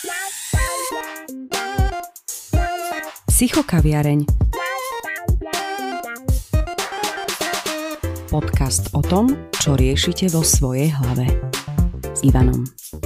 Psychokaviareň. Podcast o tom, čo riešite vo svojej hlave. S Ivanom.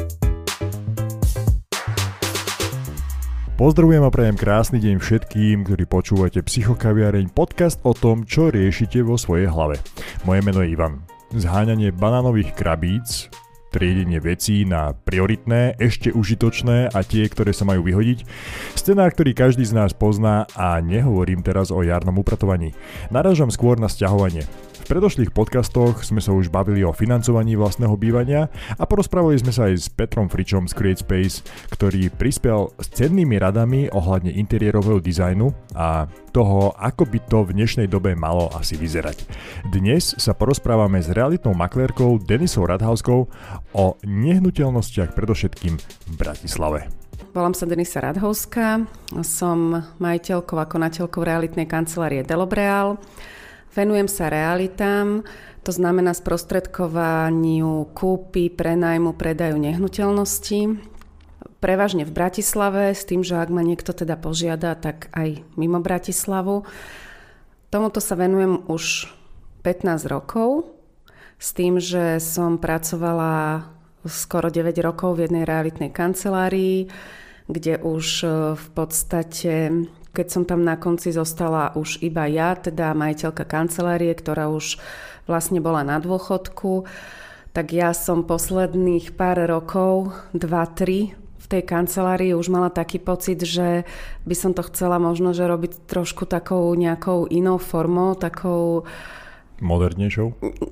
Pozdravujem a prajem krásny deň všetkým, ktorí počúvate Psychokaviareň, podcast o tom, čo riešite vo svojej hlave. Moje meno je Ivan. Zháňanie banánových krabíc, triedenie vecí na prioritné, ešte užitočné a tie, ktoré sa majú vyhodiť. Scenár, ktorý každý z nás pozná a nehovorím teraz o jarnom upratovaní. Narážam skôr na sťahovanie. V predošlých podcastoch sme sa už bavili o financovaní vlastného bývania a porozprávali sme sa aj s Petrom Fričom z Create Space, ktorý prispel s cennými radami ohľadne interiérového dizajnu a toho, ako by to v dnešnej dobe malo asi vyzerať. Dnes sa porozprávame s realitnou maklérkou Denisou Radhauskou o nehnuteľnostiach predovšetkým v Bratislave. Volám sa Denisa Radhauská, som majiteľkou a konateľkou realitnej kancelárie Delobreal. Venujem sa realitám, to znamená sprostredkovaniu kúpy, prenajmu, predaju nehnuteľností. Prevažne v Bratislave, s tým, že ak ma niekto teda požiada, tak aj mimo Bratislavu. Tomuto sa venujem už 15 rokov, s tým, že som pracovala skoro 9 rokov v jednej realitnej kancelárii, kde už v podstate, keď som tam na konci zostala už iba ja, teda majiteľka kancelárie, ktorá už vlastne bola na dôchodku, tak ja som posledných pár rokov, 2-3, v tej kancelárii už mala taký pocit, že by som to chcela možno, že robiť trošku takou nejakou inou formou, takou modernejšou?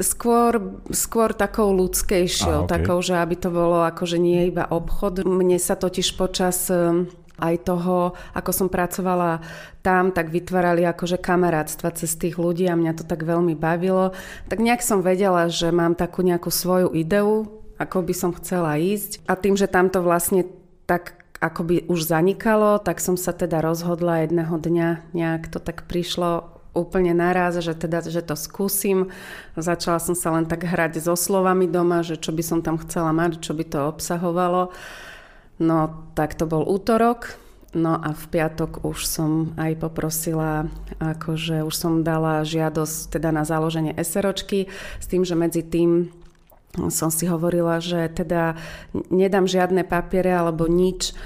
Skôr takou ľudskejšou, takou, že aby to bolo akože nie iba obchod. Mne sa totiž počas aj toho, ako som pracovala tam, tak vytvárali akože kamarátstva cez tých ľudí a mňa to tak veľmi bavilo. Tak nejak som vedela, že mám takú nejakú svoju ideu, ako by som chcela ísť. A tým, že tam to vlastne tak akoby už zanikalo, tak som sa teda rozhodla jedného dňa, nejak to tak prišlo úplne naraz, že to skúsim. Začala som sa len tak hrať so slovami doma, že čo by som tam chcela mať, čo by to obsahovalo. No, tak to bol útorok. No a v piatok už som aj poprosila, akože už som dala žiadosť teda na založenie SROčky, s tým, že medzi tým som si hovorila, že teda nedám žiadne papiere alebo nič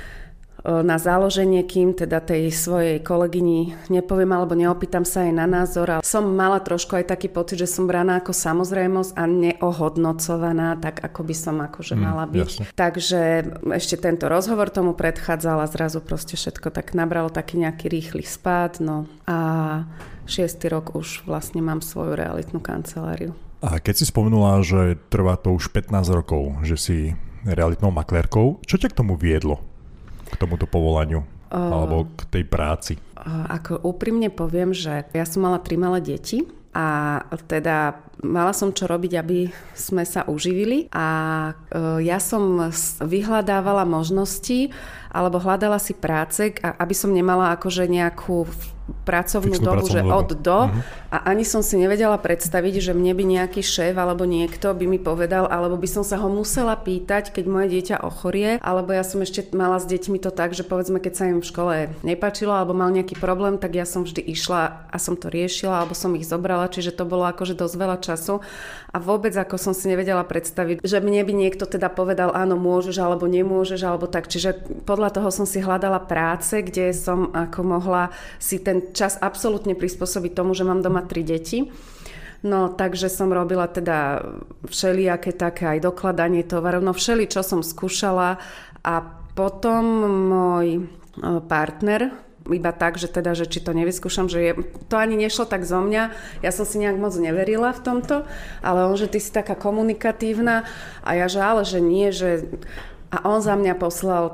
na založenie, kým teda tej svojej kolegyni nepoviem alebo neopýtam sa jej na názor. Ale som mala trošku aj taký pocit, že som braná ako samozrejmosť a neohodnocovaná tak, ako by som akože mala byť. Jasne. Takže ešte tento rozhovor tomu predchádzal a zrazu proste všetko tak nabralo taký nejaký rýchly spád. No a 6. rok už vlastne mám svoju realitnú kanceláriu. A keď si spomenula, že trvá to už 15 rokov, že si realitnou maklérkou, čo ťa k tomu viedlo? K tomuto povolaniu alebo k tej práci? Ako úprimne poviem, že ja som mala 3 malé deti a teda mala som čo robiť, aby sme sa uživili a ja som vyhľadávala možnosti alebo hľadala si práce, aby som nemala akože nejakú pracovnú dobu, že od do a ani som si nevedela predstaviť, že mne by nejaký šéf alebo niekto by mi povedal, alebo by som sa ho musela pýtať, keď moje dieťa ochorie, alebo ja som ešte mala s deťmi to tak, že povedzme, keď sa im v škole nepáčilo alebo mal nejaký problém, tak ja som vždy išla a som to riešila, alebo som ich zobrala, čiže to bolo akože dosť veľa času a vôbec ako som si nevedela predstaviť, že mne by niekto teda povedal, áno, môžeš alebo nemôžeš, alebo tak, čiže podľa toho som si hľadala práce, kde som ako mohla si ten čas absolútne prispôsobiť tomu, že mám doma 3 deti. No, takže som robila teda všelijaké také aj dokladanie tovarov, no všeli, čo som skúšala a potom môj partner iba tak, že teda, že či to nevyskúšam, že to ani nešlo tak zo mňa, ja som si nejak moc neverila v tomto, ale on, že ty si taká komunikatívna a ja, že ale, že nie, že a on za mňa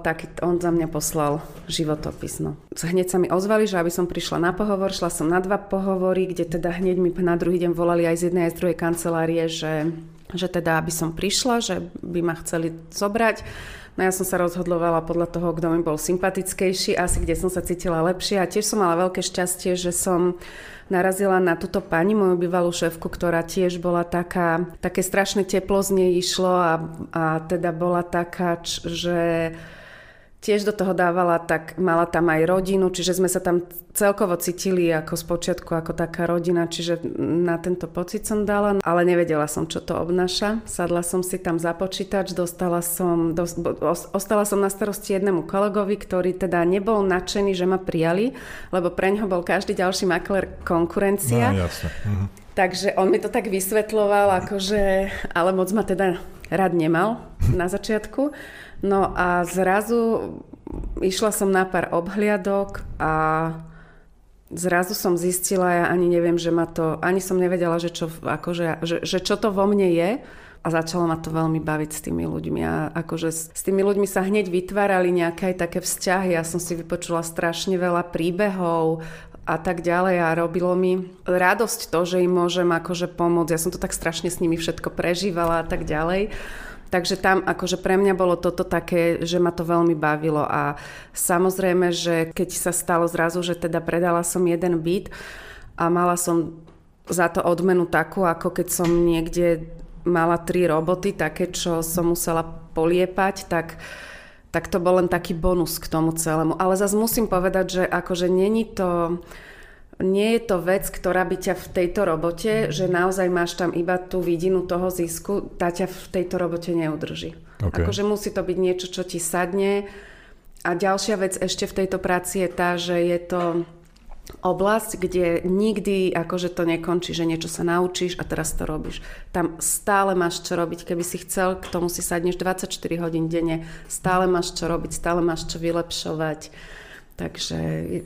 poslal životopis. No. Hneď sa mi ozvali, že aby som prišla na pohovor, šla som na 2 pohovory, kde teda hneď mi na druhý deň volali aj z jednej aj z druhej kancelárie, že teda aby som prišla, že by ma chceli zobrať. No ja som sa rozhodlovala podľa toho, kto mi bol sympatickejší, asi kde som sa cítila lepšie a tiež som mala veľké šťastie, že som narazila na túto pani, moju bývalú šéfku, ktorá tiež bola také strašné teplo z nej išlo a teda bola taká, že tiež do toho dávala, tak mala tam aj rodinu, čiže sme sa tam celkovo cítili ako spočiatku, ako taká rodina, čiže na tento pocit som dala, ale nevedela som, čo to obnáša. Sadla som si tam za počítač, ostala som na starosti jednému kolegovi, ktorý teda nebol nadšený, že ma prijali, lebo preňho bol každý ďalší maklér konkurencia. No, jasne. Takže on mi to tak vysvetľoval, akože, ale moc ma teda rád nemal na začiatku. No a zrazu išla som na pár obhliadok a zrazu som zistila, ja ani neviem, že ma to, ani som nevedela, že čo to vo mne je, a začalo ma to veľmi baviť s tými ľuďmi. A akože s tými ľuďmi sa hneď vytvárali nejaké aj také vzťahy. Ja som si vypočula strašne veľa príbehov a tak ďalej a robilo mi radosť to, že im môžem akože pomôcť. Ja som to tak strašne s nimi všetko prežívala a tak ďalej. Takže tam akože pre mňa bolo toto také, že ma to veľmi bavilo a samozrejme, že keď sa stalo zrazu, že teda predala som jeden byt a mala som za to odmenu takú, ako keď som niekde mala 3 roboty, také, čo som musela poliepať, tak to bol len taký bonus k tomu celému. Ale zase musím povedať, že akože nie je to vec, ktorá by ťa v tejto robote, že naozaj máš tam iba tú vidinu toho zisku, tá ťa v tejto robote neudrží. Okay. Akože musí to byť niečo, čo ti sadne. A ďalšia vec ešte v tejto práci je tá, že je to oblasť, kde nikdy akože to nekončí, že niečo sa naučíš a teraz to robíš. Tam stále máš čo robiť. Keby si chcel, k tomu si sadneš 24 hodín denne, stále máš čo robiť, stále máš čo vylepšovať. Takže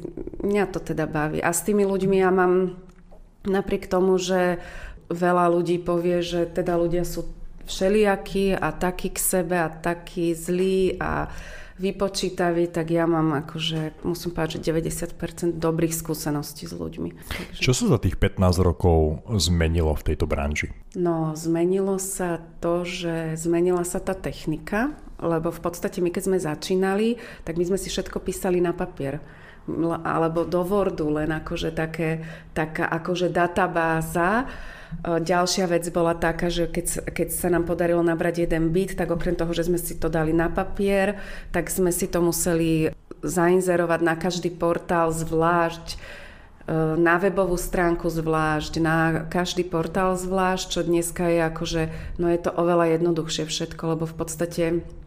mňa to teda baví. A s tými ľuďmi ja mám, napriek tomu, že veľa ľudí povie, že teda ľudia sú všelijakí a takí k sebe a takí zlí a vypočítaví, tak ja mám akože, musím povedať, že 90% dobrých skúseností s ľuďmi. Takže... Čo sa za tých 15 rokov zmenilo v tejto branži? No, zmenilo sa to, že zmenila sa tá technika, lebo v podstate my keď sme začínali, tak my sme si všetko písali na papier alebo do Wordu, len akože taká akože databáza. Ďalšia vec bola taká, že keď sa nám podarilo nabrať jeden byt, tak okrem toho, že sme si to dali na papier, tak sme si to museli zainzerovať na každý portál zvlášť, na webovú stránku zvlášť, na každý portál zvlášť, čo dneska je akože, no je to oveľa jednoduchšie všetko, lebo v podstate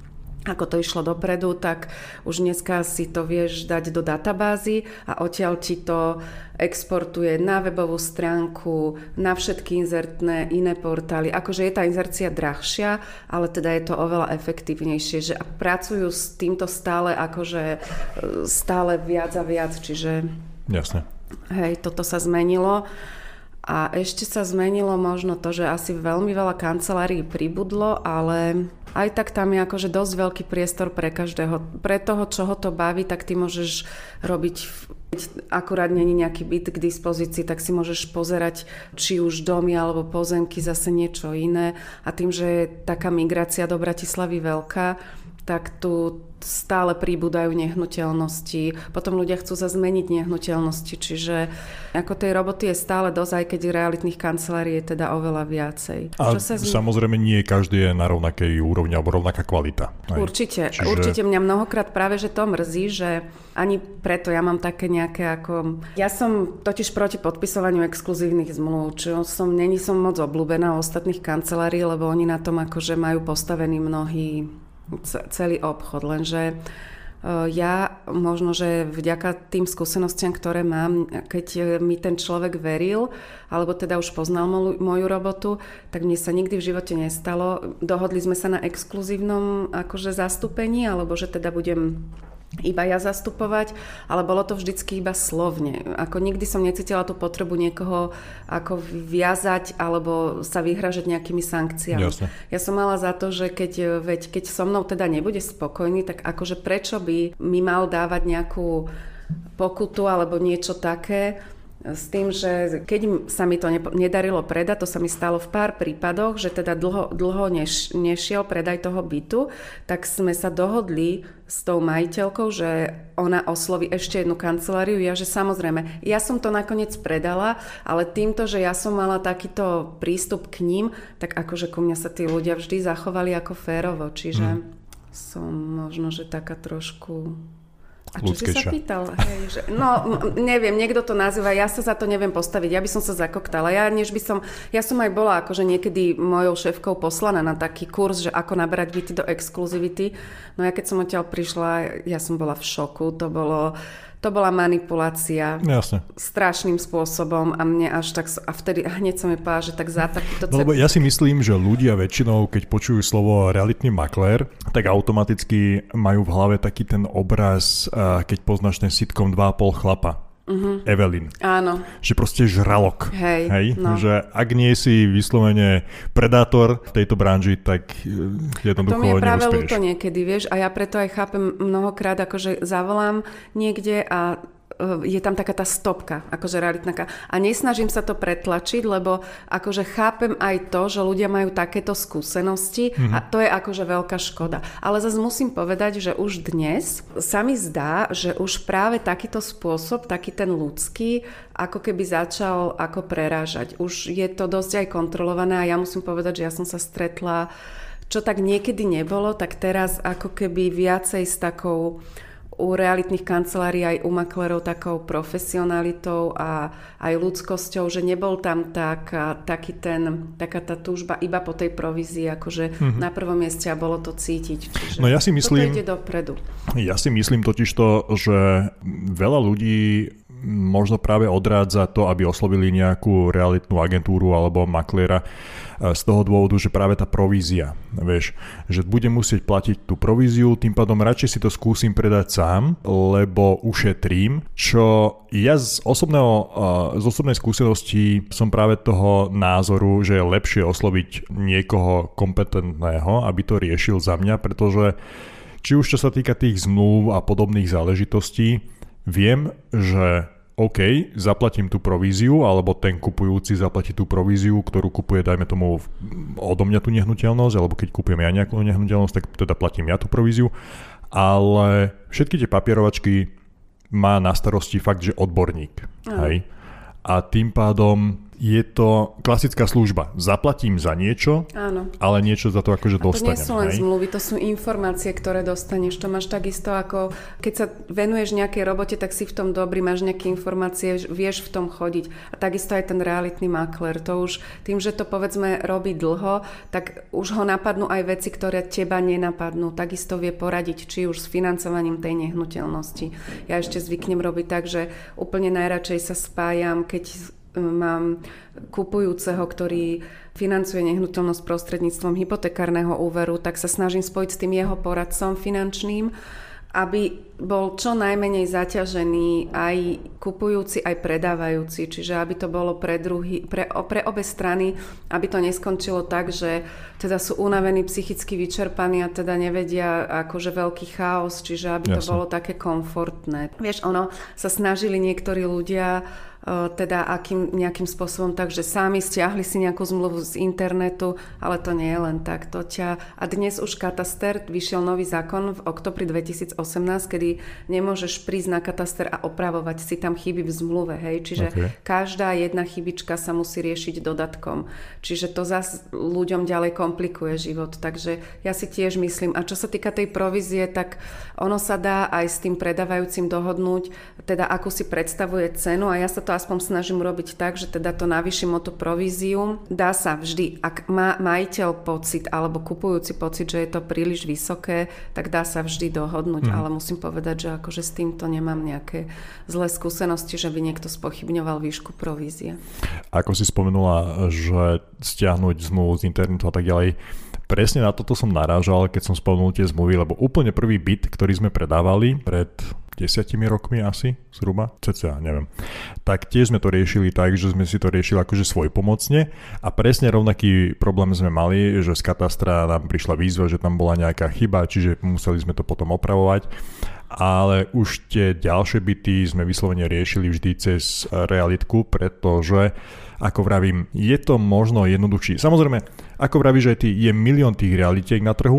ako to išlo dopredu, tak už dneska si to vieš dať do databázy a odtiaľ ti to exportuje na webovú stránku, na všetky inzertné iné portály. Akože je tá inzercia drahšia, ale teda je to oveľa efektívnejšie, že pracujú s týmto stále akože stále viac a viac, čiže jasne. Hej, toto sa zmenilo. A ešte sa zmenilo možno to, že asi veľmi veľa kancelárií pribudlo, ale aj tak tam je akože dosť veľký priestor pre každého. Pre toho, čo ho to baví, tak ty môžeš robiť, akurát není nejaký byt k dispozícii, tak si môžeš pozerať či už domy alebo pozemky, zase niečo iné. A tým, že je taká migrácia do Bratislavy veľká, tak tu stále pribúdajú nehnuteľnosti. Potom ľudia chcú zmeniť nehnuteľnosti, čiže ako tej roboty je stále dosť, aj keď realitných kancelárií je teda oveľa viacej. A samozrejme nie každý je na rovnakej úrovni alebo rovnaká kvalita. Aj. Určite mňa mnohokrát práve, že to mrzí, že ani preto ja mám také nejaké ako... Ja som totiž proti podpisovaniu exkluzívnych zmluv, čo není som moc obľúbená u ostatných kancelárií, lebo oni na tom akože majú postavený mnohý celý obchod, lenže ja možno, že vďaka tým skúsenostiam, ktoré mám, keď mi ten človek veril, alebo teda už poznal moju robotu, tak mne sa nikdy v živote nestalo. Dohodli sme sa na exkluzívnom akože zastúpení, alebo že teda budem iba ja zastupovať, ale bolo to vždycky iba slovne. Ako nikdy som necítila tú potrebu niekoho ako viazať alebo sa vyhražať nejakými sankciami. Jasne. Ja som mala za to, že keď so mnou teda nebude spokojný, tak akože prečo by mi mal dávať nejakú pokutu alebo niečo také, s tým, že keď sa mi to nedarilo predať, to sa mi stalo v pár prípadoch, že teda dlho nešiel predaj toho bytu, tak sme sa dohodli s tou majiteľkou, že ona osloví ešte jednu kanceláriu. Ja, že samozrejme, ja som to nakoniec predala, ale týmto, že ja som mala takýto prístup k ním, tak akože ku mňa sa tí ľudia vždy zachovali ako férovo, čiže... som možno, že taká trošku... A čo si sa ľudskejšia. pýtal? Hej, že, no, neviem, niekto to nazýva, ja sa za to neviem postaviť, ja by som sa zakoktala. Ja som aj bola akože niekedy mojou šéfkou poslaná na taký kurz, že ako naberať byty do exkluzivity. No ja keď som odtiaľ prišla, ja som bola v šoku, to bola manipulácia. Jasne. Strašným spôsobom a mne až tak... A vtedy hneď som mi povedala, že tak za takýto... No, lebo ja si myslím, že ľudia väčšinou, keď počujú slovo realitný maklér, tak automaticky majú v hlave taký ten obraz, keď poznáš ten sitcom 2,5 chlapa. Evelyn. Áno. Že proste žralok. Hej, no. Že ak nie si vyslovene predátor v tejto branži, tak jednoducho neúspeješ. To mi je práve ľúto niekedy, vieš, a ja preto aj chápem mnohokrát, akože zavolám niekde a je tam taká tá stopka, akože realitná. A nesnažím sa to pretlačiť, lebo akože chápem aj to, že ľudia majú takéto skúsenosti a to je akože veľká škoda. Ale zase musím povedať, že už dnes sa mi zdá, že už práve takýto spôsob, taký ten ľudský, ako keby začal ako prerážať. Už je to dosť aj kontrolované a ja musím povedať, že ja som sa stretla, čo tak niekedy nebolo, tak teraz ako keby viacej s takou u realitných kancelárií aj u maklerov takou profesionalitou a aj ľudskosťou, že nebol tam taká tá túžba iba po tej provízii, akože na prvom mieste a bolo to cítiť. Čiže no ja si myslím, toto ide dopredu. Ja si myslím totižto, že veľa ľudí možno práve odrádza to, aby oslovili nejakú realitnú agentúru alebo makléra z toho dôvodu, že práve tá provízia, vieš, že budem musieť platiť tú províziu, tým pádom radšej si to skúsim predať sám, lebo ušetrím, čo ja z osobnej skúsenosti som práve toho názoru, že je lepšie osloviť niekoho kompetentného, aby to riešil za mňa, pretože či už čo sa týka tých zmluv a podobných záležitostí, viem, že OK, zaplatím tú províziu, alebo ten kupujúci zaplatí tú províziu, ktorú kupuje, dajme tomu, odo mňa tú nehnuteľnosť, alebo keď kupujem ja nejakú nehnuteľnosť, tak teda platím ja tú províziu, ale všetky tie papierovačky má na starosti fakt, že odborník. Hej? A tým pádom je to klasická služba. Zaplatím za niečo, áno, ale niečo za to akože dostanem. To nie sú len zmluvy, to sú informácie, ktoré dostaneš. To máš takisto ako, keď sa venuješ nejakej robote, tak si v tom dobrý, máš nejaké informácie, vieš v tom chodiť. A takisto aj ten realitný maklér. To už tým, že to povedzme robí dlho, tak už ho napadnú aj veci, ktoré teba nenapadnú. Takisto vie poradiť, či už s financovaním tej nehnuteľnosti. Ja ešte zvyknem robiť tak, že úplne najradšej sa spájam, keď mám kupujúceho, ktorý financuje nehnuteľnosť prostredníctvom hypotekárneho úveru, tak sa snažím spojiť s tým jeho poradcom finančným, aby bol čo najmenej zaťažený aj kupujúci, aj predávajúci. Čiže aby to bolo pre obe strany, aby to neskončilo tak, že teda sú unavení, psychicky vyčerpaní a teda nevedia akože veľký chaos, čiže aby to bolo také komfortné. Vieš, sa snažili niektorí ľudia teda nejakým spôsobom tak, že sami stiahli si nejakú zmluvu z internetu, ale to nie je len tak. A dnes už kataster, vyšiel nový zákon v oktobri 2018, kedy nemôžeš prísť na kataster a opravovať si tam chyby v zmluve, hej. Čiže každá jedna chybička sa musí riešiť dodatkom. Čiže to zase ľuďom ďalej komplikuje život. Takže ja si tiež myslím, a čo sa týka tej provízie, tak ono sa dá aj s tým predávajúcim dohodnúť, teda akú si predstavuje cenu, a ja sa to aspoň snažím robiť tak, že teda to navýšim o tú províziu. Dá sa vždy, ak má majiteľ pocit alebo kupujúci pocit, že je to príliš vysoké, tak dá sa vždy dohodnúť, ale musím povedať, že akože s týmto nemám nejaké zlé skúsenosti, že by niekto spochybňoval výšku provízie. Ako si spomenula, že stiahnuť zmluvu z internetu a tak ďalej, presne na toto som narážal, keď som spomenul tie zmluvy, lebo úplne prvý byt, ktorý sme predávali pred 10 rokmi asi, zhruba, cca, neviem. Tak tiež sme to riešili tak, že sme si to riešili akože svojpomocne a presne rovnaký problém sme mali, že z katastra nám prišla výzva, že tam bola nejaká chyba, čiže museli sme to potom opravovať. Ale už tie ďalšie byty sme vyslovene riešili vždy cez realitku, pretože, ako vravím, je to možno jednoduchšie. Samozrejme, ako vravíš aj ty, je milión tých realitiek na trhu,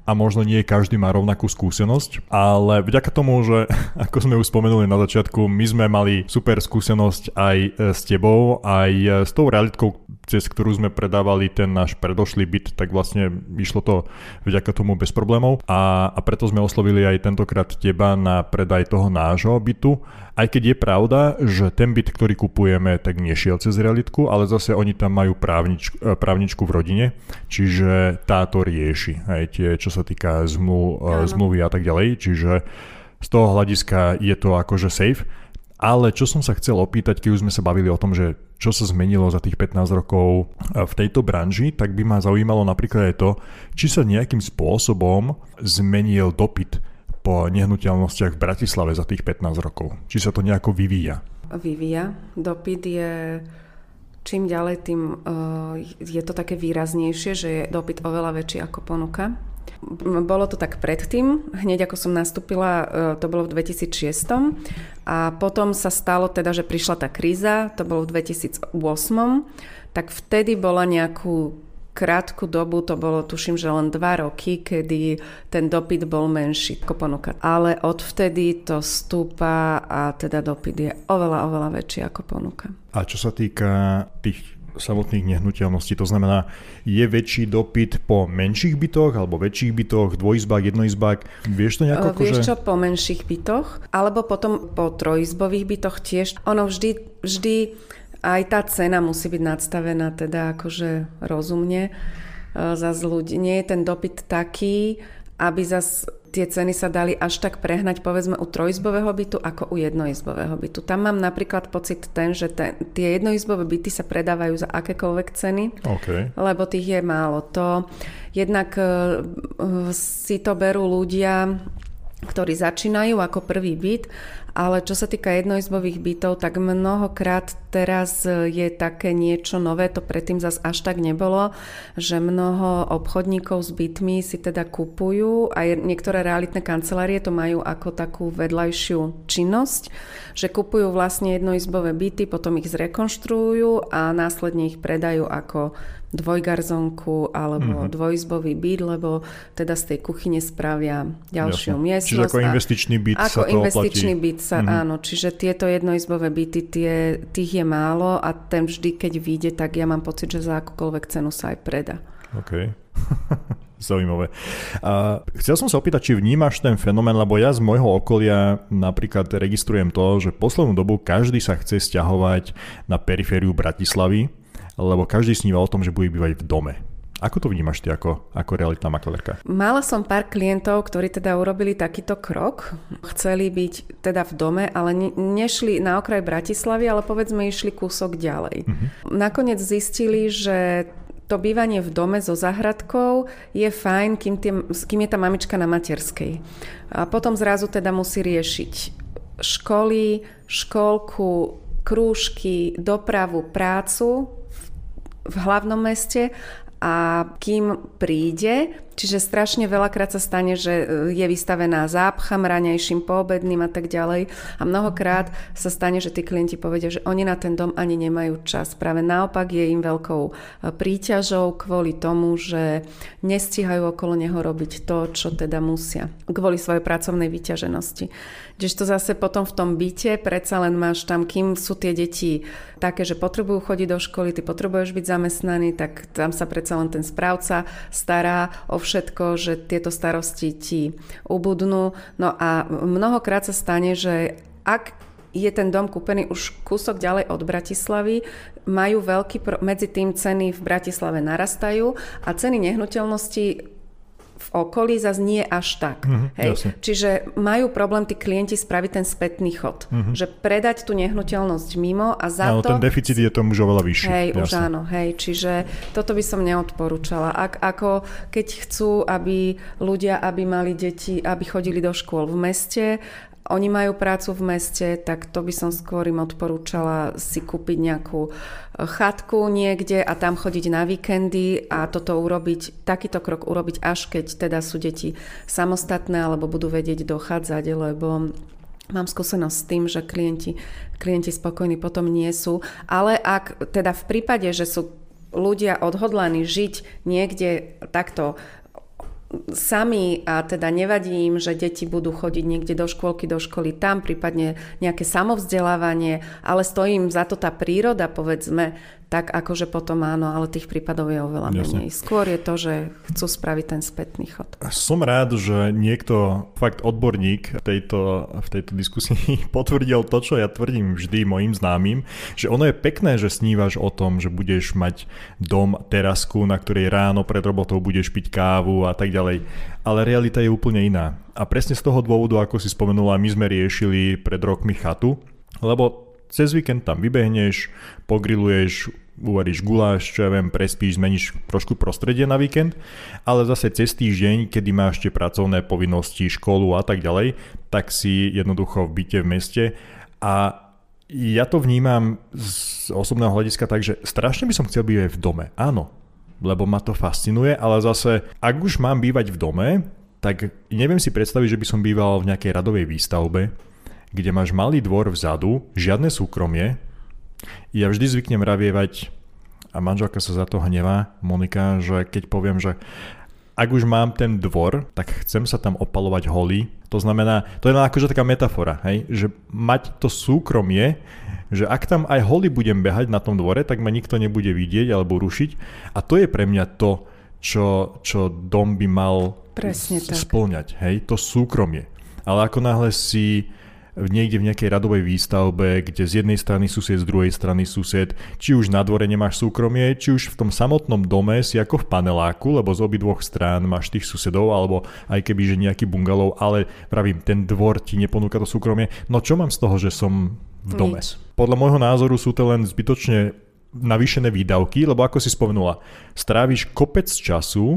a možno nie každý má rovnakú skúsenosť, ale vďaka tomu, že ako sme už spomenuli na začiatku, my sme mali super skúsenosť aj s tebou, aj s tou realitkou, cez ktorú sme predávali ten náš predošlý byt, tak vlastne vyšlo to vďaka tomu bez problémov a preto sme oslovili aj tentokrát teba na predaj toho nášho bytu. Aj keď je pravda, že ten byt, ktorý kupujeme, tak nešiel cez realitku, ale zase oni tam majú právničku v rodine, čiže táto rieši aj tie, čo sa týka zmluvy a tak ďalej, čiže z toho hľadiska je to akože safe. Ale čo som sa chcel opýtať, keď už sme sa bavili o tom, že čo sa zmenilo za tých 15 rokov v tejto branži, tak by ma zaujímalo napríklad aj to, či sa nejakým spôsobom zmenil dopyt po nehnuteľnostiach v Bratislave za tých 15 rokov. Či sa to nejako vyvíja? Vyvíja. Dopyt je čím ďalej, tým je to také výraznejšie, že je dopyt oveľa väčší ako ponuka. Bolo to tak predtým, hneď ako som nastúpila, to bolo v 2006 a potom sa stalo teda, že prišla tá kríza, to bolo v 2008, tak vtedy bola nejakú krátku dobu, to bolo tuším, že len 2 roky, kedy ten dopyt bol menší ako ponuka. Ale odvtedy to stúpa a teda dopyt je oveľa väčší ako ponuka. A čo sa týka tých samotných nehnuteľností, to znamená, je väčší dopyt po menších bytoch alebo väčších bytoch, dvojizbák, jednoizbák? Vieš to nejako? Vieš čo, po menších bytoch, alebo potom po trojizbových bytoch tiež. Ono vždy aj tá cena musí byť nadstavená teda akože rozumne. Zas ľudí, nie je ten dopyt taký, aby zas tie ceny sa dali až tak prehnať, povedzme, u trojizbového bytu ako u jednoizbového bytu. Tam mám napríklad pocit že tie jednoizbové byty sa predávajú za akékoľvek ceny, lebo tých je málo. Jednak si to berú ľudia, ktorí začínajú ako prvý byt, ale čo sa týka jednoizbových bytov, tak mnohokrát teraz je také niečo nové, to predtým zase až tak nebolo, že mnoho obchodníkov s bytmi si teda kupujú, aj niektoré realitné kancelárie to majú ako takú vedľajšiu činnosť, že kupujú vlastne jednoizbové byty, potom ich zrekonštruujú a následne ich predajú ako dvojgarzonku alebo dvojizbový byt, lebo teda z tej kuchyne spravia ďalšiu miestnosť. Čiže ako investičný byt sa to oplatí. Ako investičný byt sa, áno. Čiže tieto jednoizbové byty, tých je málo a ten vždy, keď vyjde, tak ja mám pocit, že za akúkoľvek cenu sa aj predá. OK. Zaujímavé. Chcel som sa opýtať, či vnímaš ten fenomén, lebo ja z môjho okolia napríklad registrujem to, že poslednú dobu každý sa chce sťahovať na perifériu Bratislavy, lebo každý sníva o tom, že bude bývať v dome. Ako to vnímaš ty ako realitná maklerka? Mala som pár klientov, ktorí teda urobili takýto krok. Chceli byť teda v dome, ale nešli na okraj Bratislavy, ale povedzme išli kúsok ďalej. Nakoniec zistili, že to bývanie v dome so záhradkou je fajn, kým je tá mamička na materskej. A potom zrazu teda musí riešiť školy, školku, krúžky, dopravu, prácu v hlavnom meste a kým príde, čiže strašne veľakrát sa stane, že je vystavená zápcham raňajším, poobedným a tak ďalej a mnohokrát sa stane, že tí klienti povedia, že oni na ten dom ani nemajú čas. Práve naopak je im veľkou príťažou kvôli tomu, že nestíhajú okolo neho robiť to, čo teda musia kvôli svojej pracovnej vyťaženosti. Kdežto zase potom v tom byte predsa len máš tam, kým sú tie deti také, že potrebujú chodiť do školy, ty potrebuješ byť zamestnaný, tak tam sa predsa len ten správca stará o všetko, že tieto starosti ti ubudnú. No a mnohokrát sa stane, že ak je ten dom kúpený už kúsok ďalej od Bratislavy, majú medzi tým ceny v Bratislave narastajú a ceny nehnuteľnosti v okolí zase nie až tak. Hej. Čiže majú problém tí klienti spraviť ten spätný chod. Že predať tú nehnuteľnosť mimo a za to... ten deficit je tomu už oveľa vyšší. Hej, už áno. Hej. Čiže toto by som neodporúčala. Keď chcú, aby ľudia, aby mali deti, aby chodili do škôl v meste, oni majú prácu v meste, tak to by som skôr im odporúčala si kúpiť nejakú chatku niekde a tam chodiť na víkendy a takýto krok urobiť, až keď teda sú deti samostatné alebo budú vedieť dochádzať, lebo mám skúsenosť s tým, že klienti spokojní potom nie sú. Ale ak teda v prípade, že sú ľudia odhodlaní žiť niekde takto sami a teda nevadí im, že deti budú chodiť niekde do škôlky, do školy tam, prípadne nejaké samovzdelávanie, ale stojí im za to tá príroda, povedzme, tak akože potom áno, ale tých prípadov je oveľa menej. Skôr je to, že chcú spraviť ten spätný chod. Som rád, že niekto, fakt odborník v tejto diskusii potvrdil to, čo ja tvrdím vždy mojim známym, že ono je pekné, že snívaš o tom, že budeš mať dom, terasku, na ktorej ráno pred robotou budeš piť kávu a tak ďalej. Ale realita je úplne iná. A presne z toho dôvodu, ako si spomenula, my sme riešili pred rokmi chatu, lebo cez víkend tam vybehneš, pogriluješ, uvaríš guláš, čo ja viem, prespíš, zmeníš trošku prostredie na víkend, ale zase cez týždeň, kedy máš tie pracovné povinnosti, školu a tak ďalej, tak si jednoducho v byte v meste a ja to vnímam z osobného hľadiska tak, že strašne by som chcel byť aj v dome, áno, lebo ma to fascinuje, ale zase, ak už mám bývať v dome, tak neviem si predstaviť, že by som býval v nejakej radovej výstavbe, kde máš malý dvor vzadu, žiadne súkromie. Ja vždy zvyknem ravievať, a manželka sa za to hnevá, Monika, že keď poviem, že ak už mám ten dvor, tak chcem sa tam opalovať holý. To znamená, to je akože taká metafora, hej? Že mať to súkromie, že ak tam aj holý budem behať na tom dvore, tak ma nikto nebude vidieť alebo rušiť. A to je pre mňa to, čo dom by mal spĺňať, hej? To súkromie. Ale ako náhle si niekde v nejakej radovej výstavbe, kde z jednej strany sused, z druhej strany sused, či už na dvore nemáš súkromie, či už v tom samotnom dome si ako v paneláku, lebo z obidvoch strán máš tých susedov, alebo aj keby, že nejaký bungalov, ale pravím, ten dvor ti neponúka to súkromie. No čo mám z toho, že som v dome? Nič. Podľa môjho názoru sú to len zbytočne navýšené výdavky, lebo ako si spomenula, stráviš kopec času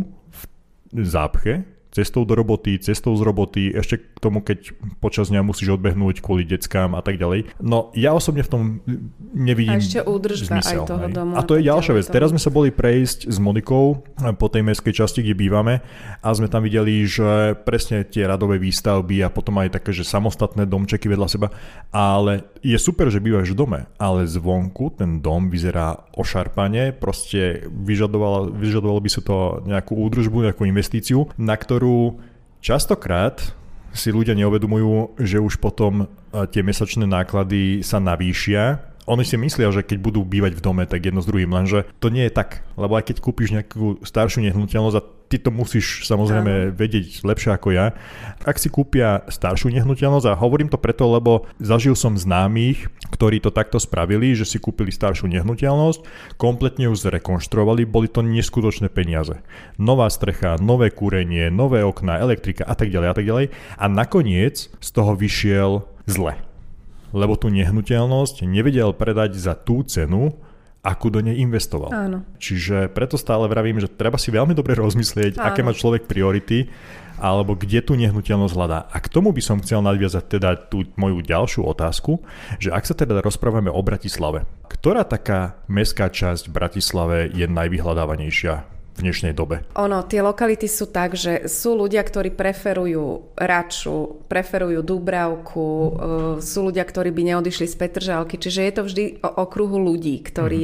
v zápche, cestou do roboty, cestou z roboty, ešte k tomu, keď počas dňa musíš odbehnúť kvôli deckám a tak ďalej. No ja osobne v tom nevidím zmysel. A ešte údržba aj toho domu. A to je ďalšia vec. Teraz sme sa boli prejsť s Monikou po tej mestskej časti, kde bývame a sme tam videli, že presne tie radové výstavby a potom aj také, že samostatné domčeky vedľa seba. Ale je super, že bývaš v dome, ale zvonku ten dom vyzerá ošarpane, proste vyžadovalo by sa to nejakú údržbu, nejakú investíciu, na ktorú častokrát si ľudia neuvedomujú, že už potom tie mesačné náklady sa navýšia. Oni si myslia, že keď budú bývať v dome, tak jedno s druhým, lenže to nie je tak. Lebo aj keď kúpiš nejakú staršiu nehnuteľnosť, a ty to musíš samozrejme vedieť lepšie ako ja, ak si kúpia staršiu nehnuteľnosť, a hovorím to preto, lebo zažil som známych, ktorí to takto spravili, že si kúpili staršiu nehnuteľnosť, kompletne ju zrekonštruovali, boli to neskutočné peniaze. Nová strecha, nové kúrenie, nové okná, elektrika a tak ďalej a tak ďalej. A nakoniec z toho vyšiel zle. Lebo tú nehnuteľnosť nevedel predať za tú cenu, akú do nej investoval. Áno. Čiže preto stále vravím, že treba si veľmi dobre rozmyslieť, aké má človek priority, alebo kde tú nehnuteľnosť hľadá. A k tomu by som chcel nadviazať teda tú moju ďalšiu otázku, že ak sa teda rozprávame o Bratislave, ktorá taká mestská časť v Bratislave je najvyhľadávanejšia v dnešnej dobe? Tie lokality sú tak, že sú ľudia, ktorí preferujú Raču, preferujú Dúbravku, sú ľudia, ktorí by neodišli z Petržalky, čiže je to vždy o okruhu ľudí, ktorí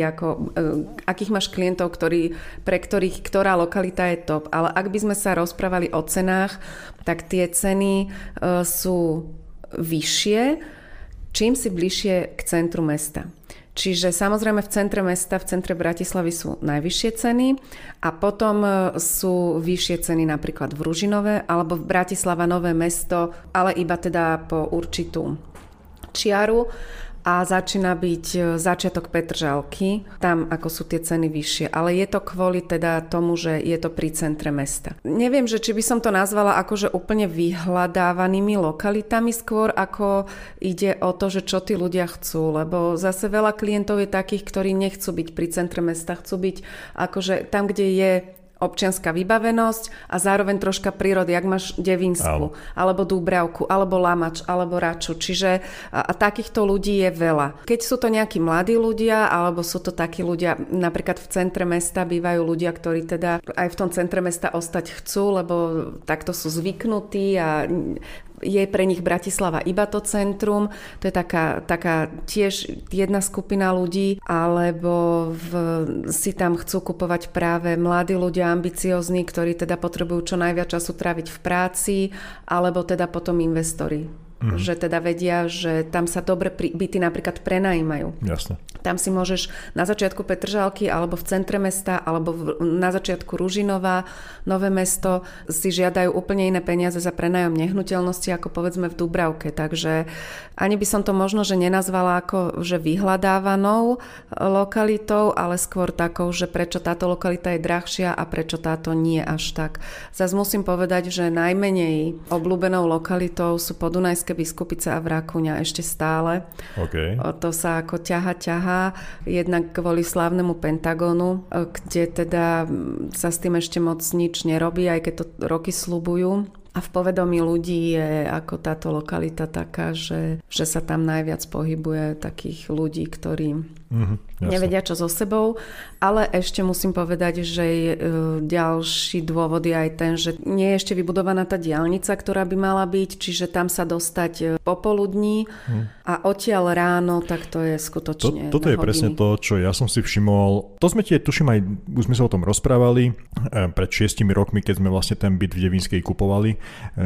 akých máš klientov, pre ktorých ktorá lokalita je top. Ale ak by sme sa rozprávali o cenách, tak tie ceny sú vyššie, čím si bližšie k centru mesta. Čiže samozrejme v centre mesta, v centre Bratislavy sú najvyššie ceny a potom sú vyššie ceny napríklad v Ružinove alebo v Bratislava Nové Mesto, ale iba teda po určitú čiaru a začína byť začiatok Petržalky, tam ako sú tie ceny vyššie, ale je to kvôli teda tomu, že je to pri centre mesta. Neviem, že či by som to nazvala akože úplne vyhľadávanými lokalitami skôr, ako ide o to, že čo tí ľudia chcú, lebo zase veľa klientov je takých, ktorí nechcú byť pri centre mesta, chcú byť akože tam, kde je občianská vybavenosť a zároveň troška prírody, jak máš Devinsku, alebo Dúbravku, alebo Lamač, alebo Raču. Čiže a takýchto ľudí je veľa. Keď sú to nejakí mladí ľudia, alebo sú to takí ľudia, napríklad v centre mesta bývajú ľudia, ktorí teda aj v tom centre mesta ostať chcú, lebo takto sú zvyknutí a je pre nich Bratislava iba to centrum, to je taká tiež jedna skupina ľudí, alebo si tam chcú kupovať práve mladí ľudia, ambiciózni, ktorí teda potrebujú čo najviac času tráviť v práci, alebo teda potom investori. Že teda vedia, že tam sa dobre byty napríklad prenajímajú. Jasne. Tam si môžeš na začiatku Petržalky alebo v centre mesta alebo na začiatku Ružinova, Nové Mesto si žiadajú úplne iné peniaze za prenájom nehnuteľnosti ako povedzme v Dubravke. Takže ani by som to možno, že nenazvala ako že vyhľadávanou lokalitou, ale skôr takou, že prečo táto lokalita je drahšia a prečo táto nie až tak. Zas musím povedať, že najmenej obľúbenou lokalitou sú Podunajské Biskupice a Vrakúňa ešte stále. Okay. To sa ako ťaha, jednak kvôli slávnemu Pentagonu, kde teda sa s tým ešte moc nič nerobí, aj keď to roky sľubujú. A v povedomí ľudí je ako táto lokalita taká, že sa tam najviac pohybuje takých ľudí, ktorí nevedia čo so sebou. Ale ešte musím povedať, že ďalší dôvod je aj ten, že nie je ešte vybudovaná tá diaľnica, ktorá by mala byť, čiže tam sa dostať popoludní a odtiaľ ráno, tak to je skutočne Toto je presne to, čo ja som si všimol. To sme tuším aj, už sme sa o tom rozprávali pred 6 rokmi, keď sme vlastne ten byt v Devínskej kupovali,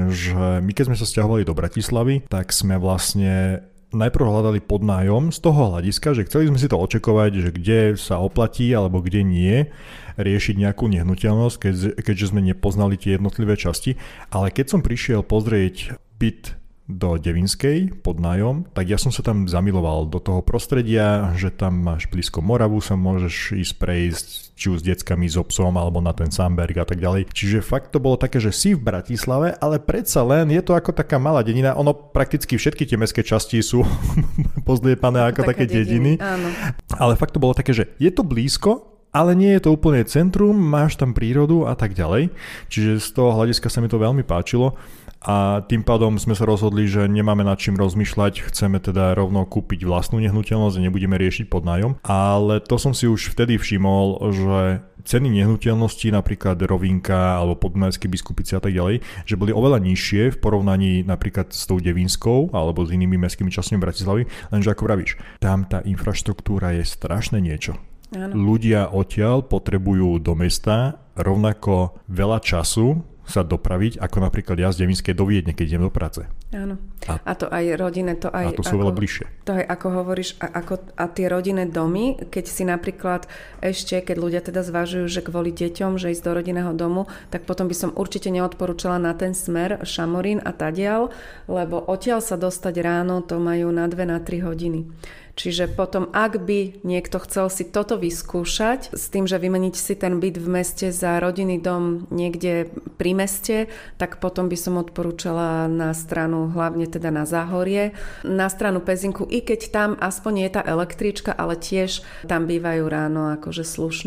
že my keď sme sa sťahovali do Bratislavy, tak sme vlastne najprv hľadali podnájom z toho hľadiska, že chceli sme si to očakovať, že kde sa oplatí alebo kde nie riešiť nejakú nehnuteľnosť, keďže sme nepoznali tie jednotlivé časti. Ale keď som prišiel pozrieť byt do Devínskej pod nájom, tak ja som sa tam zamiloval do toho prostredia, že tam máš blízko Moravu, sa môžeš ísť prejsť či už s deckami, so psom alebo na ten Samberg a tak ďalej. Čiže fakt to bolo také, že si v Bratislave, ale predsa len je to ako taká malá dedina. Ono prakticky všetky tie mestské časti sú pozliepané ako také dediny. Áno. Ale fakt to bolo také, že je to blízko, ale nie je to úplne centrum, máš tam prírodu a tak ďalej. Čiže z toho hľadiska sa mi to veľmi páčilo. A tým pádom sme sa rozhodli, že nemáme nad čím rozmýšľať, chceme teda rovno kúpiť vlastnú nehnuteľnosť a nebudeme riešiť podnájom. Ale to som si už vtedy všimol, že ceny nehnuteľností, napríklad Rovinka alebo Podunajské Biskupice a tak ďalej, že boli oveľa nižšie v porovnaní napríklad s tou Devínskou alebo s inými mestskými časťami Bratislavy, lenže ako vravíš, tam tá infraštruktúra je strašné niečo. Áno. Ľudia odtiaľ potrebujú do mesta rovnako veľa času sa dopraviť, ako napríklad ja z Devínskej do Viedne, keď idem do práce. Áno. A to aj rodinné, to aj... A to sú veľa bližšie. To aj ako hovoríš, a tie rodinné domy, keď si napríklad ešte, keď ľudia teda zvažujú, že kvôli deťom, že ísť do rodinného domu, tak potom by som určite neodporúčala na ten smer Šamorín a tadiaľ, lebo odtiaľ sa dostať ráno, to majú na 2-3 hodiny. Čiže potom, ak by niekto chcel si toto vyskúšať s tým, že vymeniť si ten byt v meste za rodinný dom niekde pri meste, tak potom by som odporúčala na stranu, hlavne teda na Záhorie, na stranu Pezinku, i keď tam aspoň je tá električka, ale tiež tam bývajú ráno akože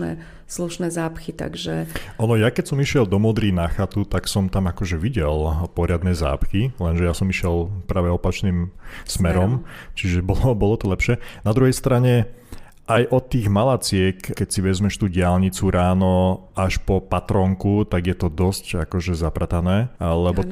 slušné zápchy, takže... Ja keď som išiel do Modry na chatu, tak som tam akože videl poriadne zápchy, lenže ja som išiel práve opačným smerom. Čiže bolo to lepšie. Na druhej strane aj od tých Malaciek, keď si vezmeš tú diaľnicu ráno až po Patrónku, tak je to dosť akože zapratané, lebo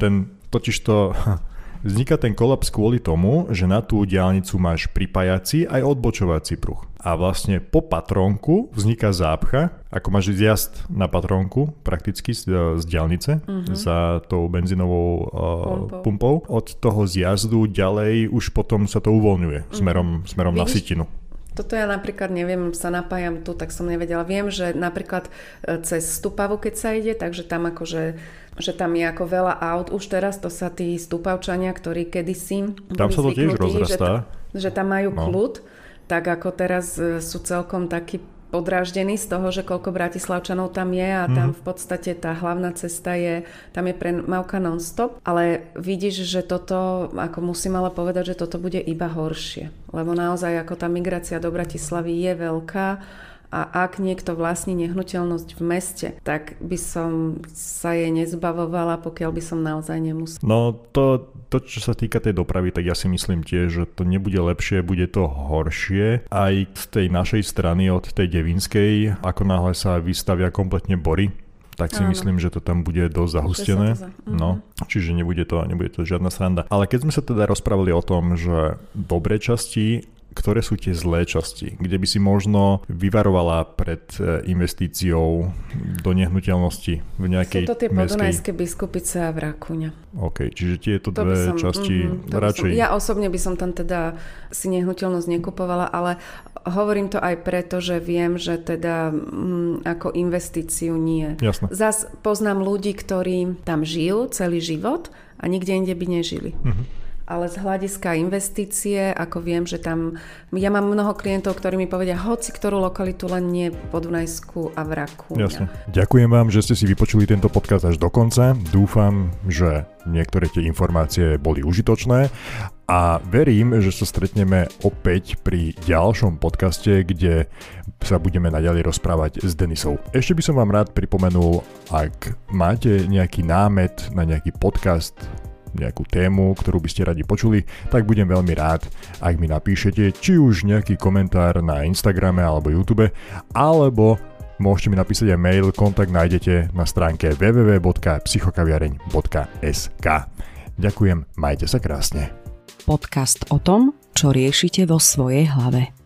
vzniká ten kolaps kvôli tomu, že na tú diaľnicu máš pripájací aj odbočovací pruh. A vlastne po Patrónku vzniká zápcha, ako máš zjazd na Patrónku prakticky z diaľnice za tou benzínovou pumpou. Od toho zjazdu ďalej už potom sa to uvoľňuje smerom na Sitinu. Toto ja napríklad neviem, sa napájam tu, tak som nevedela. Viem, že napríklad cez Stupavu, keď sa ide, takže tam akože že tam je ako veľa aut. Už teraz to sa tí Stupavčania, ktorí kedysi tam sa to tiež rozrastá. Že tam majú kľud, tak ako teraz sú celkom takí podráždení z toho, že koľko Bratislavčanov tam je a tam v podstate tá hlavná cesta tam je premávka non-stop, ale vidíš, že toto, ako musím ale povedať, že toto bude iba horšie, lebo naozaj ako tá migrácia do Bratislavy je veľká a ak niekto vlastní nehnuteľnosť v meste, tak by som sa jej nezbavovala, pokiaľ by som naozaj nemusela. No to, čo sa týka tej dopravy, tak ja si myslím tiež, že to nebude lepšie, bude to horšie. Aj z tej našej strany, od tej Devínskej, ako náhle sa vystavia kompletne bory, tak si myslím, že to tam bude dosť zahustené. No, čiže nebude to žiadna sranda. Ale keď sme sa teda rozprávali o tom, že dobré časti, ktoré sú tie zlé časti, kde by si možno vyvarovala pred investíciou do nehnuteľnosti v nejakej mestskej? Sú to tie Podunajské Biskupice a Vrakuňa. OK, čiže tieto dve časti radšej... Ja osobne by som tam teda si nehnuteľnosť nekupovala, ale hovorím to aj preto, že viem, že teda ako investíciu nie. Jasné. Zas poznám ľudí, ktorí tam žijú celý život a nikde inde by nežili. Ale z hľadiska investície, ako viem, že tam... Ja mám mnoho klientov, ktorí mi povedia, hoci ktorú lokalitu, len nie Podunajskú a Vrakuňa. Jasne. Ďakujem vám, že ste si vypočuli tento podcast až do konca. Dúfam, že niektoré tie informácie boli užitočné a verím, že sa stretneme opäť pri ďalšom podcaste, kde sa budeme naďalej rozprávať s Denisou. Ešte by som vám rád pripomenul, ak máte nejaký námet na nejaký podcast, nejakú tému, ktorú by ste radi počuli, tak budem veľmi rád, ak mi napíšete či už nejaký komentár na Instagrame alebo YouTube, alebo môžete mi napísať aj mail, kontakt nájdete na stránke www.psychokaviareň.sk. Ďakujem, majte sa krásne. Podcast o tom, čo riešite vo svojej hlave.